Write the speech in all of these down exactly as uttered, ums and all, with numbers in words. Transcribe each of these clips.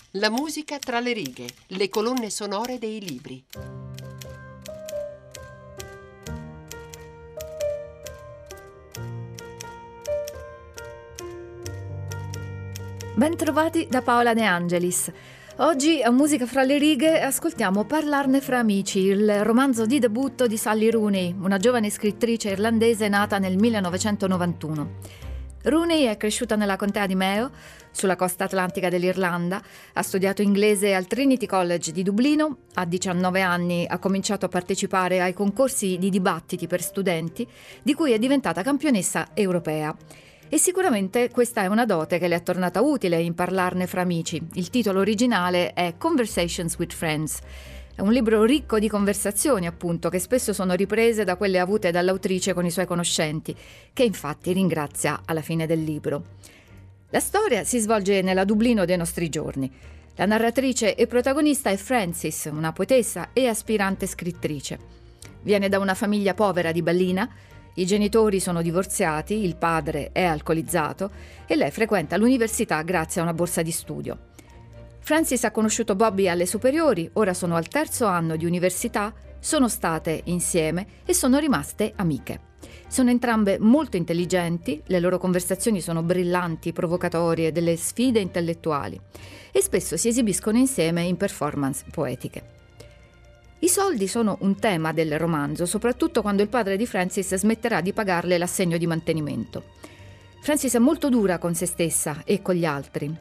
La musica tra le righe, le colonne sonore dei libri. Bentrovati da Paola De Angelis. Oggi a Musica fra le righe ascoltiamo Parlarne fra amici, il romanzo di debutto di Sally Rooney, una giovane scrittrice irlandese nata nel millenovecentonovantuno. Rooney è cresciuta nella contea di Mayo, sulla costa atlantica dell'Irlanda, ha studiato inglese al Trinity College di Dublino, a diciannove anni ha cominciato a partecipare ai concorsi di dibattiti per studenti, di cui è diventata campionessa europea. E sicuramente questa è una dote che le è tornata utile in Parlarne fra amici. Il titolo originale è Conversations with Friends. È un libro ricco di conversazioni, appunto, che spesso sono riprese da quelle avute dall'autrice con i suoi conoscenti, che infatti ringrazia alla fine del libro. La storia si svolge nella Dublino dei nostri giorni. La narratrice e protagonista è Frances, una poetessa e aspirante scrittrice. Viene da una famiglia povera di Ballina. I genitori sono divorziati, il padre è alcolizzato e lei frequenta l'università grazie a una borsa di studio. Frances ha conosciuto Bobby alle superiori, ora sono al terzo anno di università, sono state insieme e sono rimaste amiche. Sono entrambe molto intelligenti, le loro conversazioni sono brillanti, provocatorie, delle sfide intellettuali e spesso si esibiscono insieme in performance poetiche. I soldi sono un tema del romanzo, soprattutto quando il padre di Frances smetterà di pagarle l'assegno di mantenimento. Frances è molto dura con se stessa e con gli altri.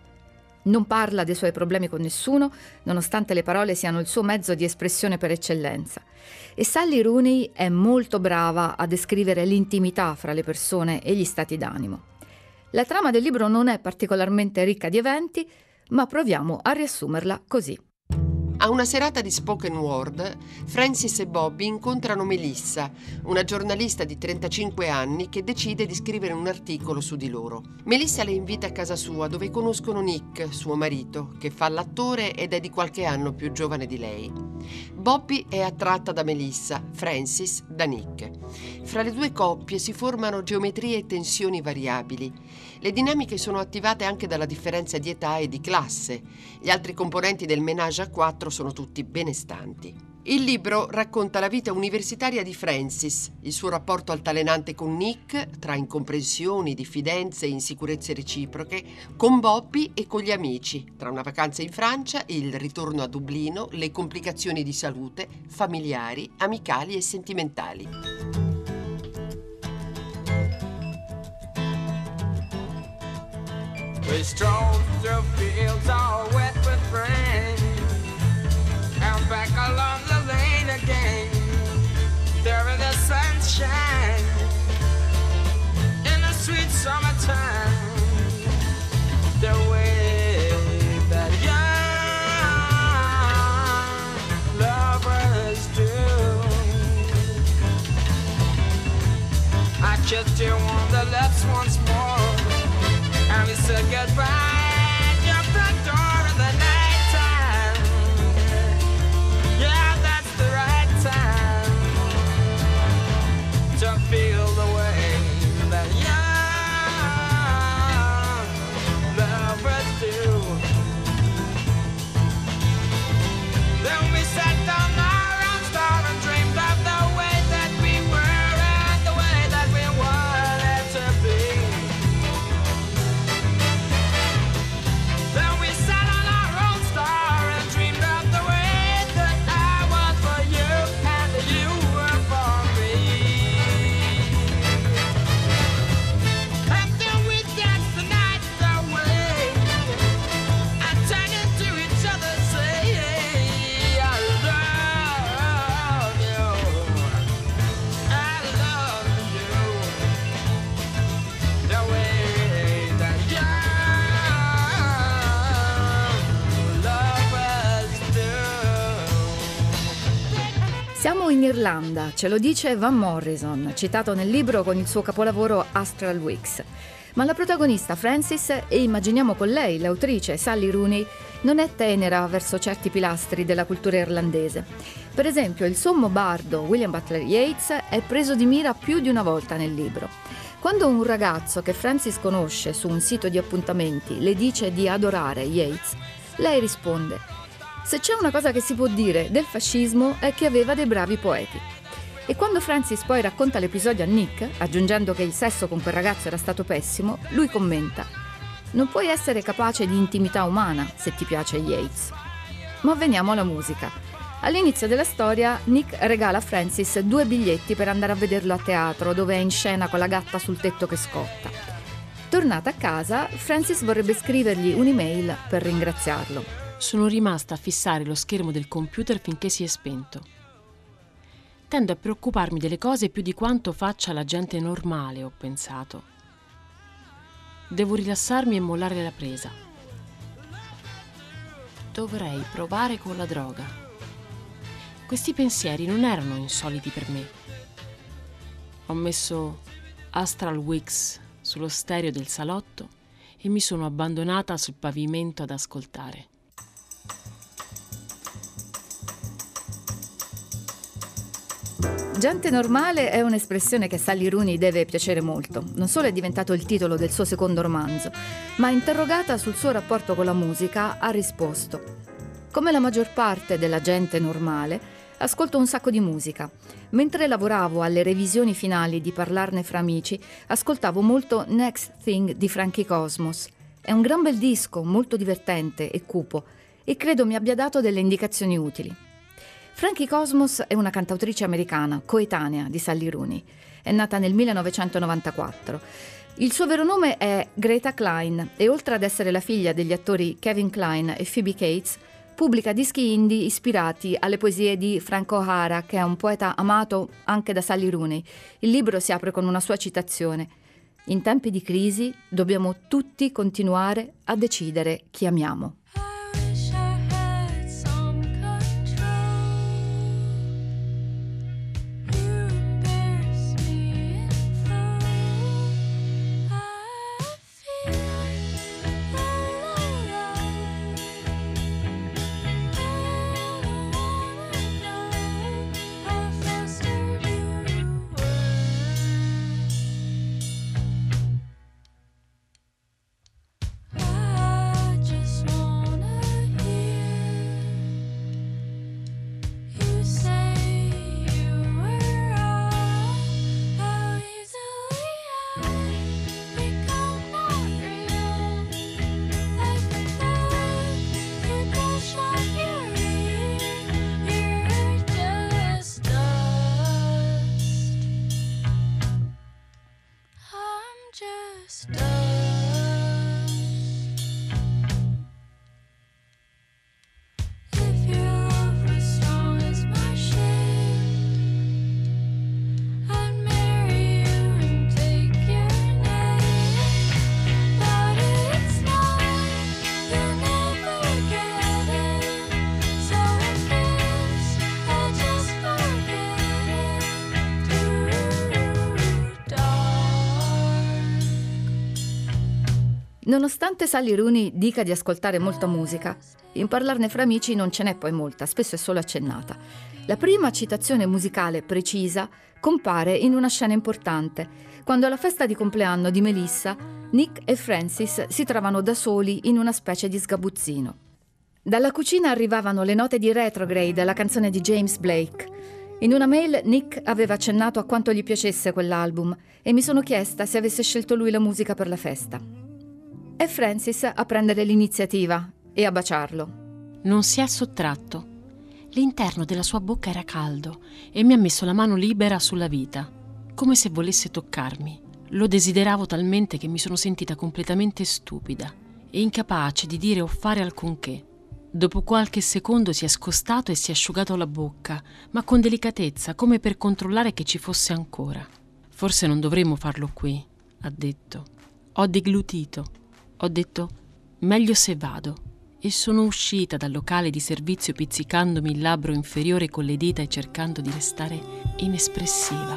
Non parla dei suoi problemi con nessuno, nonostante le parole siano il suo mezzo di espressione per eccellenza. E Sally Rooney è molto brava a descrivere l'intimità fra le persone e gli stati d'animo. La trama del libro non è particolarmente ricca di eventi, ma proviamo a riassumerla così. A una serata di spoken word, Frances e Bobby incontrano Melissa, una giornalista di trentacinque anni che decide di scrivere un articolo su di loro. Melissa le invita a casa sua, dove conoscono Nick, suo marito, che fa l'attore ed è di qualche anno più giovane di lei. Bobby è attratta da Melissa, Frances da Nick. Fra le due coppie si formano geometrie e tensioni variabili. Le dinamiche sono attivate anche dalla differenza di età e di classe. Gli altri componenti del ménage à quattro sono tutti benestanti. Il libro racconta la vita universitaria di Frances, il suo rapporto altalenante con Nick, tra incomprensioni, diffidenze e insicurezze reciproche, con Bobby e con gli amici, tra una vacanza in Francia, il ritorno a Dublino, le complicazioni di salute, familiari, amicali e sentimentali. We strolled through fields all wet with rain, and back along the lane again. There in the sunshine, in the sweet summertime, the way that young lovers do. I kissed you on the lips once more, and we said goodbye at your front door in the night time. Yeah, that's the right time to feel the way that young lovers do. Then we sat down around star and dreamed of the way that we were and the way that we wanted to be. Then we sat on our own star and dreamed of the way that I was for you and you were for me. And then we danced the night away and turned into each other, say, I love you, I love you, the way that young lovers do. Siamo in Irlanda, ce lo dice Van Morrison, citato nel libro con il suo capolavoro Astral Weeks. Ma la protagonista Frances, e immaginiamo con lei l'autrice Sally Rooney, non è tenera verso certi pilastri della cultura irlandese. Per esempio, il sommo bardo William Butler Yeats è preso di mira più di una volta nel libro. Quando un ragazzo che Frances conosce su un sito di appuntamenti le dice di adorare Yeats, Lei risponde: se c'è una cosa che si può dire del fascismo è che aveva dei bravi poeti. E quando Francis poi racconta l'episodio a Nick, aggiungendo che il sesso con quel ragazzo era stato pessimo, lui commenta: non puoi essere capace di intimità umana se ti piace Yeats. Ma veniamo alla musica. All'inizio della storia, Nick regala a Francis due biglietti per andare a vederlo a teatro, dove è in scena con la gatta sul tetto che scotta. Tornata a casa, Francis vorrebbe scrivergli un'email per ringraziarlo. Sono rimasta a fissare lo schermo del computer finché si è spento. Tendo a preoccuparmi delle cose più di quanto faccia la gente normale, ho pensato. Devo rilassarmi e mollare la presa. Dovrei provare con la droga. Questi pensieri non erano insoliti per me. Ho messo Astral Weeks sullo stereo del salotto e mi sono abbandonata sul pavimento ad ascoltare. Gente normale è un'espressione che a Sally Rooney deve piacere molto. Non solo è diventato il titolo del suo secondo romanzo, ma interrogata sul suo rapporto con la musica ha risposto: come la maggior parte della gente normale, ascolto un sacco di musica. Mentre lavoravo alle revisioni finali di Parlarne fra amici, ascoltavo molto Next Thing di Frankie Cosmos. È un gran bel disco, molto divertente e cupo, e credo mi abbia dato delle indicazioni utili. Frankie Cosmos è una cantautrice americana, coetanea di Sally Rooney. È nata nel millenovecentonovantaquattro. Il suo vero nome è Greta Klein e oltre ad essere la figlia degli attori Kevin Kline e Phoebe Cates, pubblica dischi indie ispirati alle poesie di Frank O'Hara, che è un poeta amato anche da Sally Rooney. Il libro si apre con una sua citazione: in tempi di crisi dobbiamo tutti continuare a decidere chi amiamo. Nonostante Sally Rooney dica di ascoltare molta musica, in Parlarne fra amici non ce n'è poi molta, spesso è solo accennata. La prima citazione musicale precisa compare in una scena importante, quando alla festa di compleanno di Melissa, Nick e Francis si trovano da soli in una specie di sgabuzzino. Dalla cucina arrivavano le note di Retrograde, la canzone di James Blake. In una mail Nick aveva accennato a quanto gli piacesse quell'album e mi sono chiesta se avesse scelto lui la musica per la festa. È Francis a prendere l'iniziativa e a baciarlo. Non si è sottratto. L'interno della sua bocca era caldo e mi ha messo la mano libera sulla vita, come se volesse toccarmi. Lo desideravo talmente che mi sono sentita completamente stupida e incapace di dire o fare alcunché. Dopo qualche secondo si è scostato e si è asciugato la bocca, ma con delicatezza, come per controllare che ci fosse ancora. Forse non dovremmo farlo qui, ha detto. Ho deglutito. Ho detto, meglio se vado, e sono uscita dal locale di servizio pizzicandomi il labbro inferiore con le dita e cercando di restare inespressiva.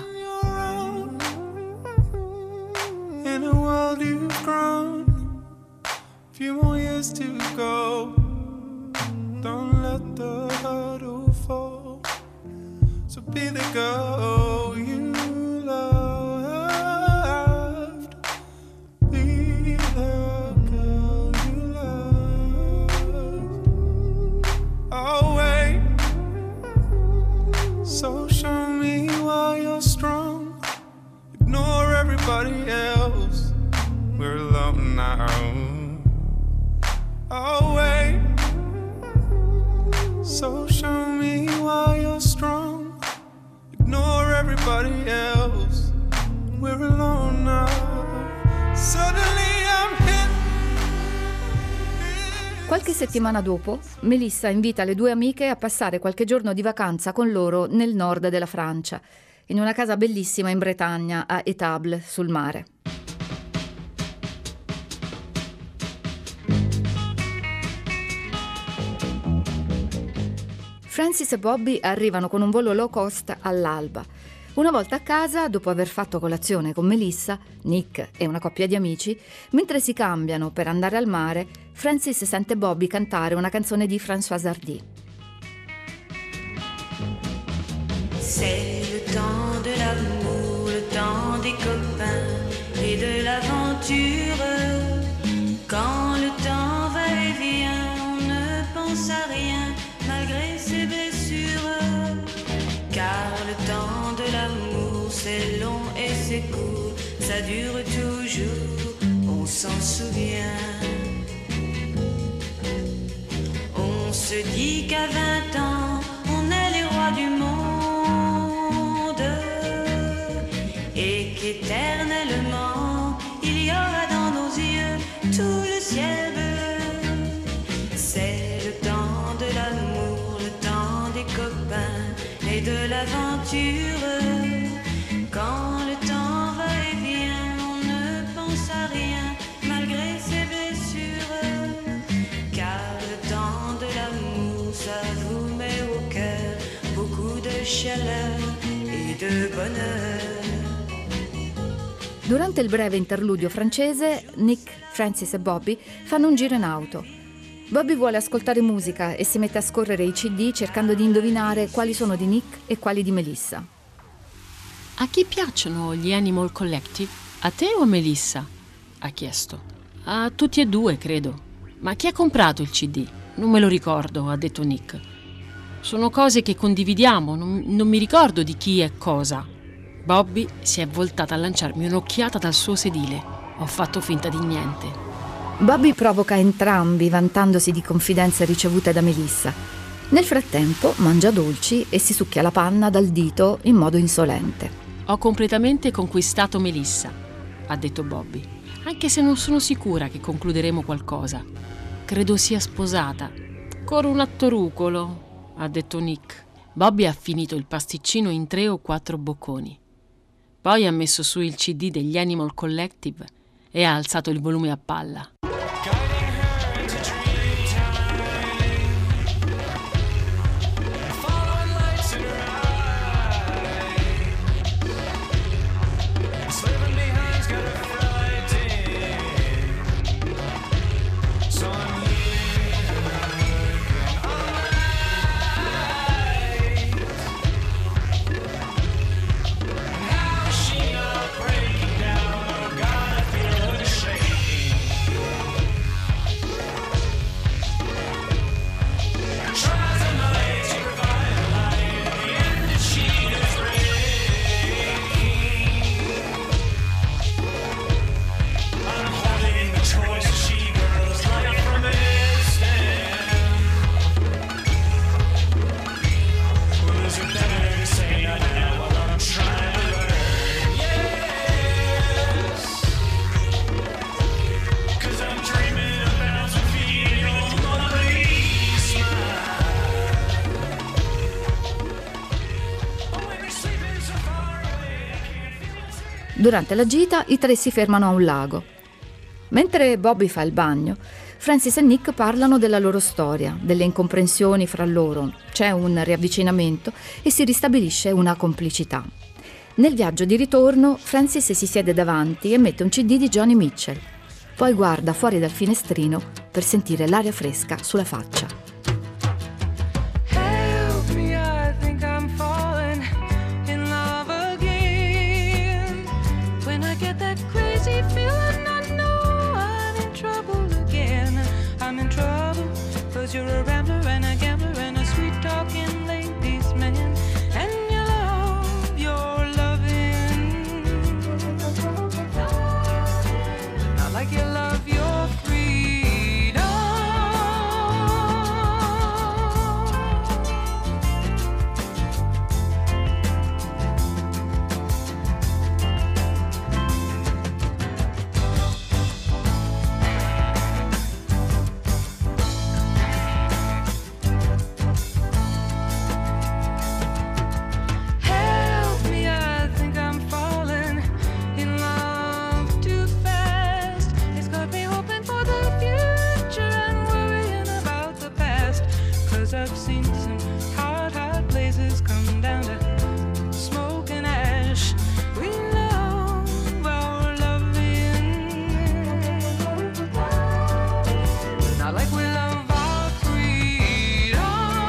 In a world you've grown, few more years to go. Don't let the hurdle fall. So be the girl you loved. Be the girl you loved. Qualche settimana dopo, Melissa invita le due amiche a passare qualche giorno di vacanza con loro nel nord della Francia, in una casa bellissima in Bretagna, a Étable, sul mare. Francis e Bobby arrivano con un volo low cost all'alba. Una volta a casa, dopo aver fatto colazione con Melissa, Nick e una coppia di amici, mentre si cambiano per andare al mare, Francis sente Bobby cantare una canzone di Françoise Hardy. C'est le temps de l'amour, le temps des copains et de l'aventure. Quand le temps va et vient, on ne pense à rien malgré ses blessures. Car le temps de l'amour, c'est long et c'est court, ça dure toujours, on s'en souvient. On se dit qu'à vingt ans, on est les rois du monde et qu'éternellement, il y aura dans nos yeux tout le ciel bleu. C'est le temps de l'amour, le temps des copains et de l'aventure. Quand le temps va et vient, on ne pense à rien malgré ses blessures. Car le temps de l'amour, ça vous met au cœur beaucoup de chaleur et de bonheur. Durante il breve interludio francese, Nick, Francis e Bobby fanno un giro in auto. Bobby vuole ascoltare musica e si mette a scorrere i C D cercando di indovinare quali sono di Nick e quali di Melissa. A chi piacciono gli Animal Collective? A te o a Melissa? Ha chiesto. A tutti e due, credo. Ma chi ha comprato il C D? Non me lo ricordo, ha detto Nick. Sono cose che condividiamo, non, non mi ricordo di chi e cosa. Bobby si è voltata a lanciarmi un'occhiata dal suo sedile. Ho fatto finta di niente. Bobby provoca entrambi, vantandosi di confidenze ricevute da Melissa. Nel frattempo mangia dolci e si succhia la panna dal dito in modo insolente. Ho completamente conquistato Melissa, ha detto Bobby, anche se non sono sicura che concluderemo qualcosa. Credo sia sposata. Ancora un attorucolo, ha detto Nick. Bobby ha finito il pasticcino in tre o quattro bocconi. Poi ha messo su il C D degli Animal Collective e ha alzato il volume a palla. Durante la gita i tre si fermano a un lago. Mentre Bobby fa il bagno, Francis e Nick parlano della loro storia, delle incomprensioni fra loro, c'è un riavvicinamento e si ristabilisce una complicità. Nel viaggio di ritorno, Francis si siede davanti e mette un C D di Joni Mitchell. Poi guarda fuori dal finestrino per sentire l'aria fresca sulla faccia. You're a rambler and a gambler and a sweet talking ladies man, and you love your loving, not like you love your freedom. 'cause I've seen some hot, hot places come down to smoke and ash. We love our loving, not like we love our freedom.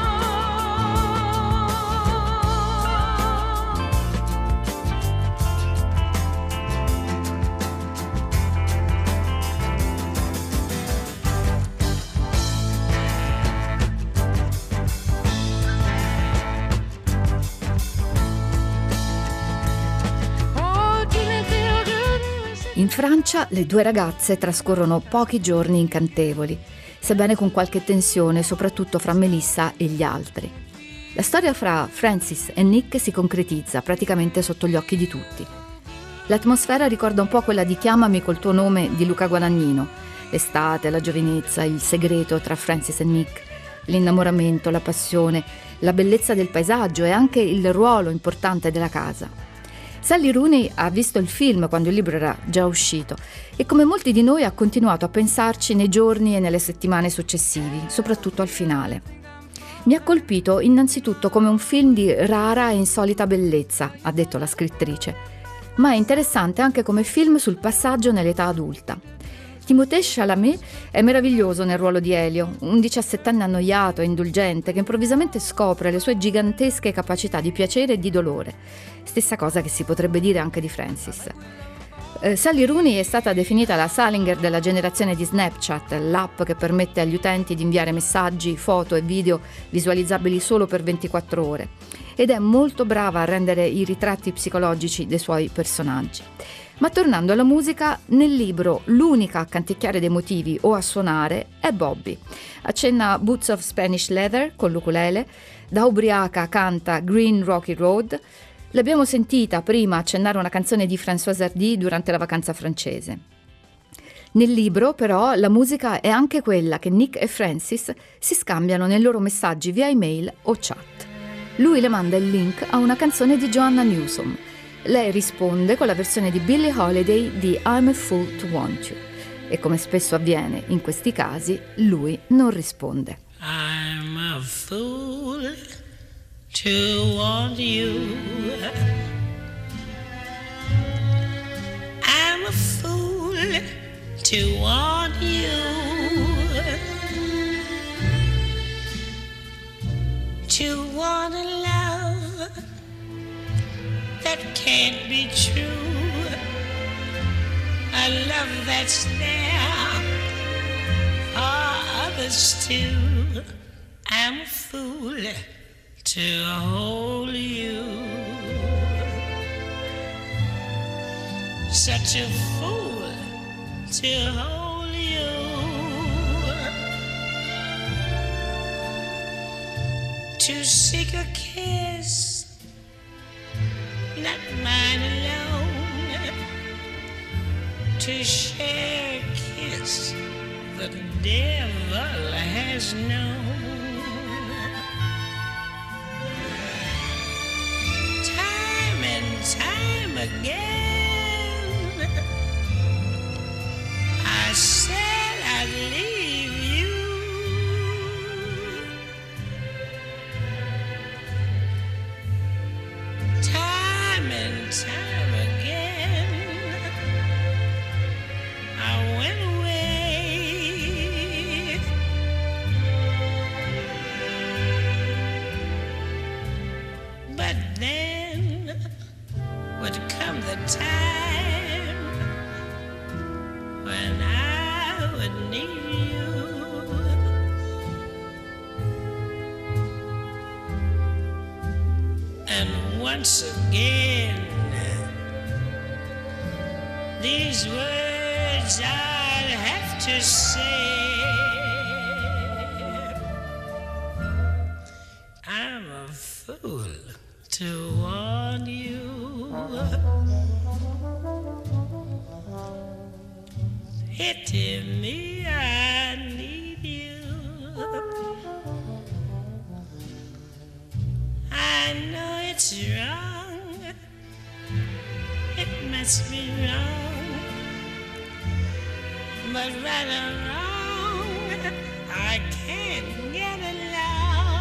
In Francia le due ragazze trascorrono pochi giorni incantevoli, sebbene con qualche tensione, soprattutto fra Melissa e gli altri. La storia fra Francis e Nick si concretizza praticamente sotto gli occhi di tutti. L'atmosfera ricorda un po' quella di Chiamami col tuo nome di Luca Guadagnino, l'estate, la giovinezza, il segreto tra Francis e Nick, l'innamoramento, la passione, la bellezza del paesaggio e anche il ruolo importante della casa. Sally Rooney ha visto il film quando il libro era già uscito e come molti di noi ha continuato a pensarci nei giorni e nelle settimane successivi, soprattutto al finale. Mi ha colpito innanzitutto come un film di rara e insolita bellezza, ha detto la scrittrice, ma è interessante anche come film sul passaggio nell'età adulta. Timothée Chalamet è meraviglioso nel ruolo di Elio, un diciassettenne annoiato e indulgente che improvvisamente scopre le sue gigantesche capacità di piacere e di dolore. Stessa cosa che si potrebbe dire anche di Francis. Eh, Sally Rooney è stata definita la Salinger della generazione di Snapchat, l'app che permette agli utenti di inviare messaggi, foto e video visualizzabili solo per ventiquattro ore, ed è molto brava a rendere i ritratti psicologici dei suoi personaggi. Ma tornando alla musica, nel libro l'unica a canticchiare dei motivi o a suonare è Bobby. Accenna Boots of Spanish Leather con l'ukulele, da ubriaca canta Green Rocky Road. L'abbiamo sentita prima accennare una canzone di Françoise Hardy durante la vacanza francese. Nel libro, però, la musica è anche quella che Nick e Francis si scambiano nei loro messaggi via email o chat. Lui le manda il link a una canzone di Joanna Newsom. Lei risponde con la versione di Billie Holiday di I'm a Fool to Want You. E come spesso avviene in questi casi, lui non risponde. I'm a fool to want you. I'm a fool to want you. To want a love that can't be true. A love that's there for others too. I'm a fool to hold you. Such a fool to hold you. To seek a kiss, not mine alone. To share a kiss the devil has known. Time and time again I said I'd leave you. Time and time again I went away. But then would come the time when I would need you. And once again these words I'd have to say. I'm a fool to want you. Pity me, I need you. I know it's wrong, it must be wrong, but right or wrong, I can't get along.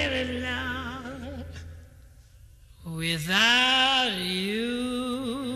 very long without you.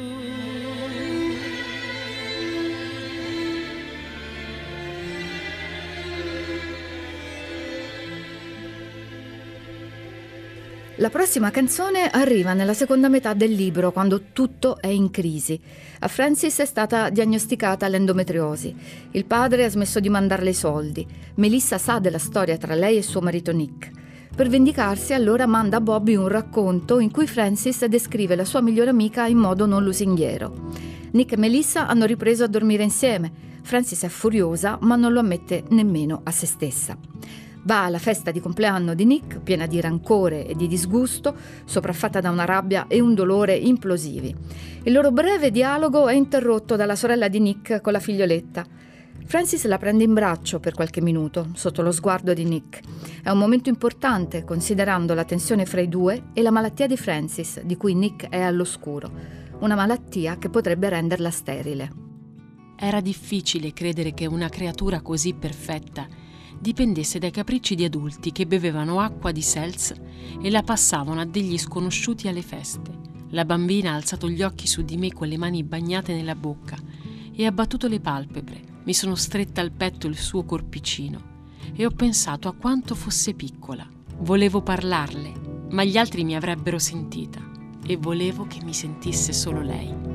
La prossima canzone arriva nella seconda metà del libro, quando tutto è in crisi. A Francis è stata diagnosticata l'endometriosi. Il padre ha smesso di mandarle i soldi. Melissa sa della storia tra lei e suo marito Nick. Per vendicarsi, allora manda a Bobby un racconto in cui Francis descrive la sua migliore amica in modo non lusinghiero. Nick e Melissa hanno ripreso a dormire insieme. Francis è furiosa, ma non lo ammette nemmeno a se stessa. Va alla festa di compleanno di Nick, piena di rancore e di disgusto, sopraffatta da una rabbia e un dolore implosivi. Il loro breve dialogo è interrotto dalla sorella di Nick con la figlioletta. Francis la prende in braccio per qualche minuto, sotto lo sguardo di Nick. È un momento importante, considerando la tensione fra i due e la malattia di Francis, di cui Nick è all'oscuro. Una malattia che potrebbe renderla sterile. Era difficile credere che una creatura così perfetta dipendesse dai capricci di adulti che bevevano acqua di seltz e la passavano a degli sconosciuti alle feste. La bambina ha alzato gli occhi su di me con le mani bagnate nella bocca e ha battuto le palpebre. Mi sono stretta al petto il suo corpicino e ho pensato a quanto fosse piccola. Volevo parlarle, ma gli altri mi avrebbero sentita e volevo che mi sentisse solo lei.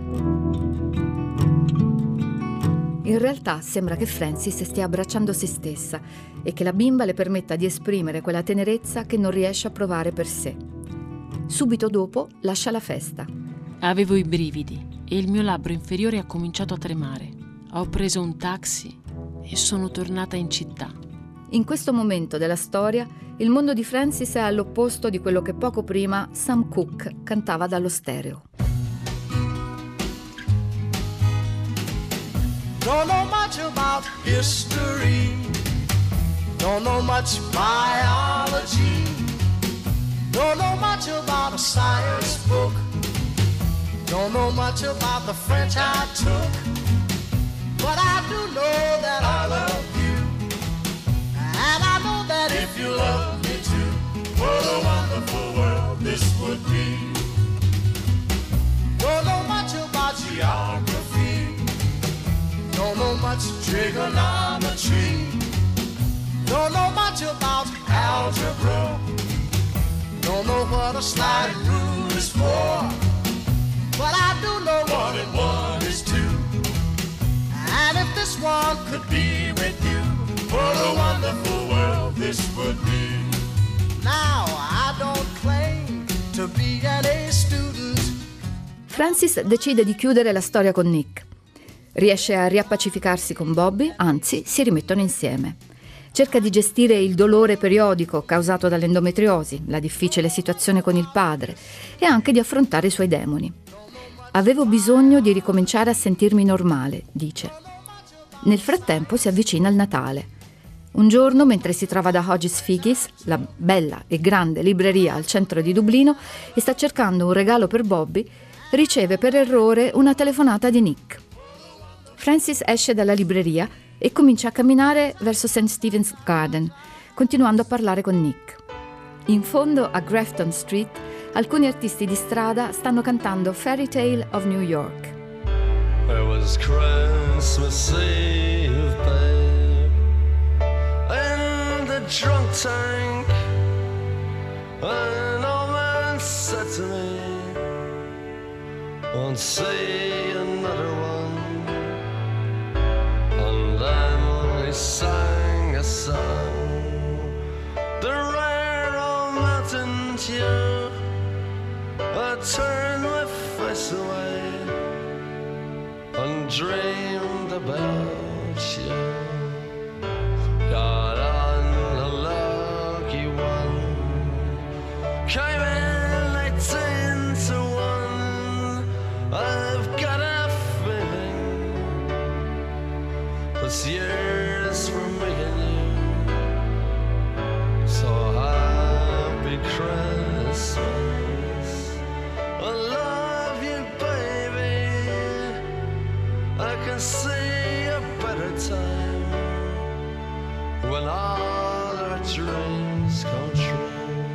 In realtà sembra che Francis stia abbracciando se stessa e che la bimba le permetta di esprimere quella tenerezza che non riesce a provare per sé. Subito dopo lascia la festa. Avevo i brividi e il mio labbro inferiore ha cominciato a tremare. Ho preso un taxi e sono tornata in città. In questo momento della storia, il mondo di Francis è all'opposto di quello che poco prima Sam Cooke cantava dallo stereo. Don't know much about history, don't know much biology, don't know much about a science book, don't know much about the French I took, but I do know that I love you, and I know that if you love me too, what a wonderful world this would be. Don't know much about geography, don't know much trigonometry, don't know much about algebra, don't know what a sliding rule is for, but I do know one and one is two, and if this one could be with you, what a wonderful world this would be. Now I don't claim to be an A student. Francis decide di chiudere la storia con Nick. Riesce a riappacificarsi con Bobby, anzi si rimettono insieme. Cerca di gestire il dolore periodico causato dall'endometriosi, la difficile situazione con il padre e anche di affrontare i suoi demoni. Avevo bisogno di ricominciare a sentirmi normale, dice. Nel frattempo si avvicina il Natale. Un giorno, mentre si trova da Hodges Figgis, la bella e grande libreria al centro di Dublino, e sta cercando un regalo per Bobby, riceve per errore una telefonata di Nick. Francis esce dalla libreria e comincia a camminare verso Saint Stephen's Garden, continuando a parlare con Nick. In fondo a Grafton Street, alcuni artisti di strada stanno cantando Fairy Tale of New York. It was Christmas Eve, babe, in the drunk tank, an old man said to me, won't see another one. And then he sang a song, the rare old mountain tune. I turned my face away and dreamed about you. Got on a lucky one, came in eighteen to one. I've got a feeling it's years from me and you. So happy Christmas, I love you, baby. I can see a better time when all our dreams come true.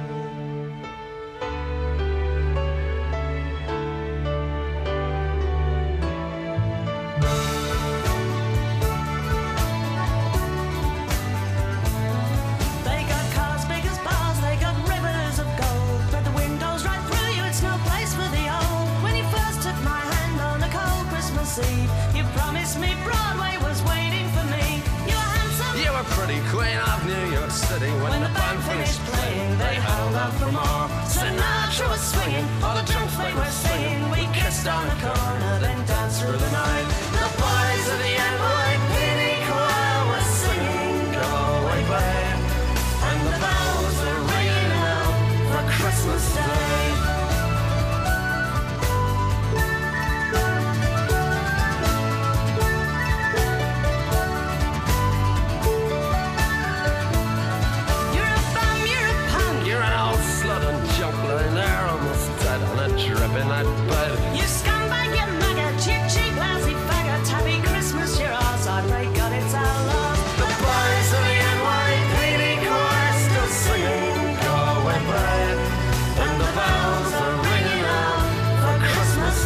love for more. Sinatra was swinging, all the drunk folk were singing. We kissed on the corner, then danced through the night. The boys of the N Y P D choir were singing, go away, babe. And the bells were ringing out for Christmas Day. In that bed. You scumbag, you maggot, cheap, cheap, lousy faggot. Happy Christmas, you're ours, I pray God it's our love. The boys of the N Y P D choir still singing, go away, babe. And the bells are ringing out for Christmas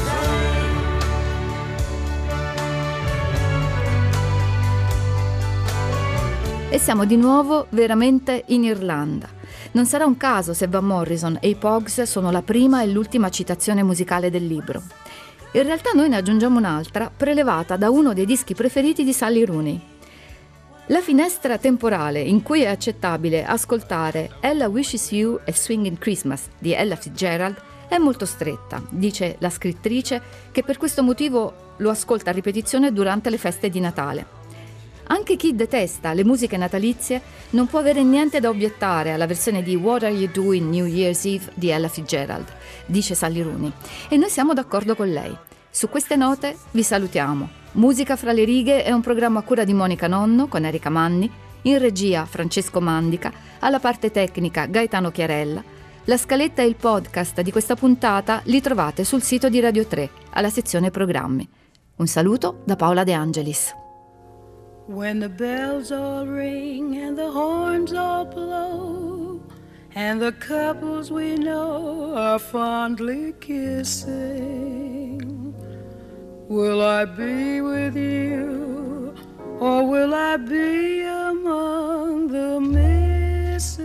Day. E siamo di nuovo veramente in Irlanda. Non sarà un caso se Van Morrison e i Pogues sono la prima e l'ultima citazione musicale del libro. In realtà noi ne aggiungiamo un'altra, prelevata da uno dei dischi preferiti di Sally Rooney. La finestra temporale in cui è accettabile ascoltare Ella Wishes You a Swingin' Christmas di Ella Fitzgerald è molto stretta, dice la scrittrice, che per questo motivo lo ascolta a ripetizione durante le feste di Natale. Anche chi detesta le musiche natalizie non può avere niente da obiettare alla versione di What Are You Doing New Year's Eve di Ella Fitzgerald, dice Sally Rooney, e noi siamo d'accordo con lei. Su queste note vi salutiamo. Musica fra le righe è un programma a cura di Monica Nonno con Erika Manni, in regia Francesco Mandica, alla parte tecnica Gaetano Chiarella. La scaletta e il podcast di questa puntata li trovate sul sito di Radio tre, alla sezione programmi. Un saluto da Paola De Angelis. When the bells all ring and the horns all blow and the couples we know are fondly kissing, will I be with you or will I be among the missing?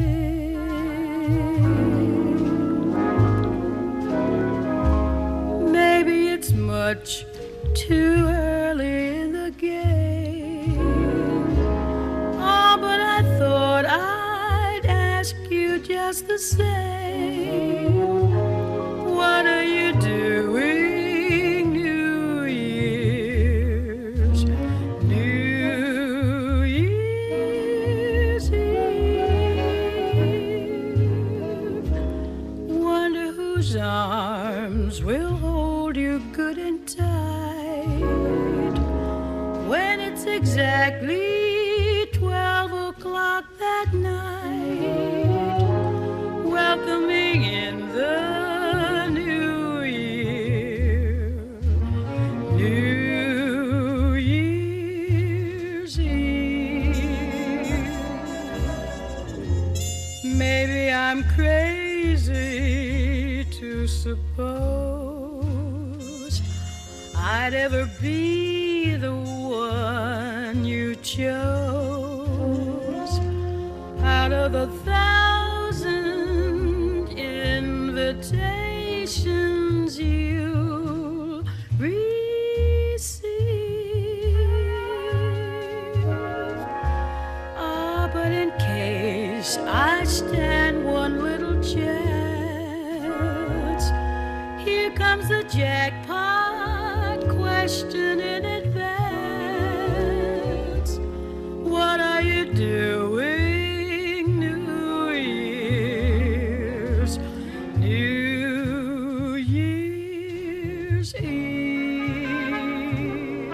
Maybe it's much too early in the game. But I thought I'd ask you just the same. What are you doing New Year's, New Year's Eve? Wonder whose arms will hold you good and tight when it's exactly twelve o'clock that night, welcoming in the new year, New Year's Eve. Maybe I'm crazy to suppose I'd ever be the one you chose. Out of the thousand invitations you receive, ah, but in case I stand one little chance, here comes the jackpot question in advance. What are you doing New Year's, New Year's Eve?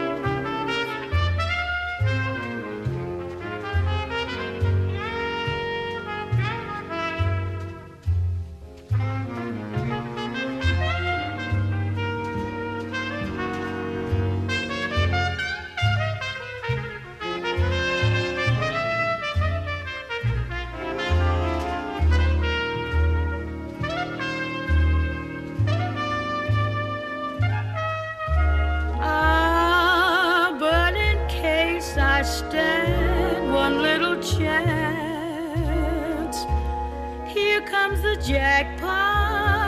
Stand one little chance, here comes the jackpot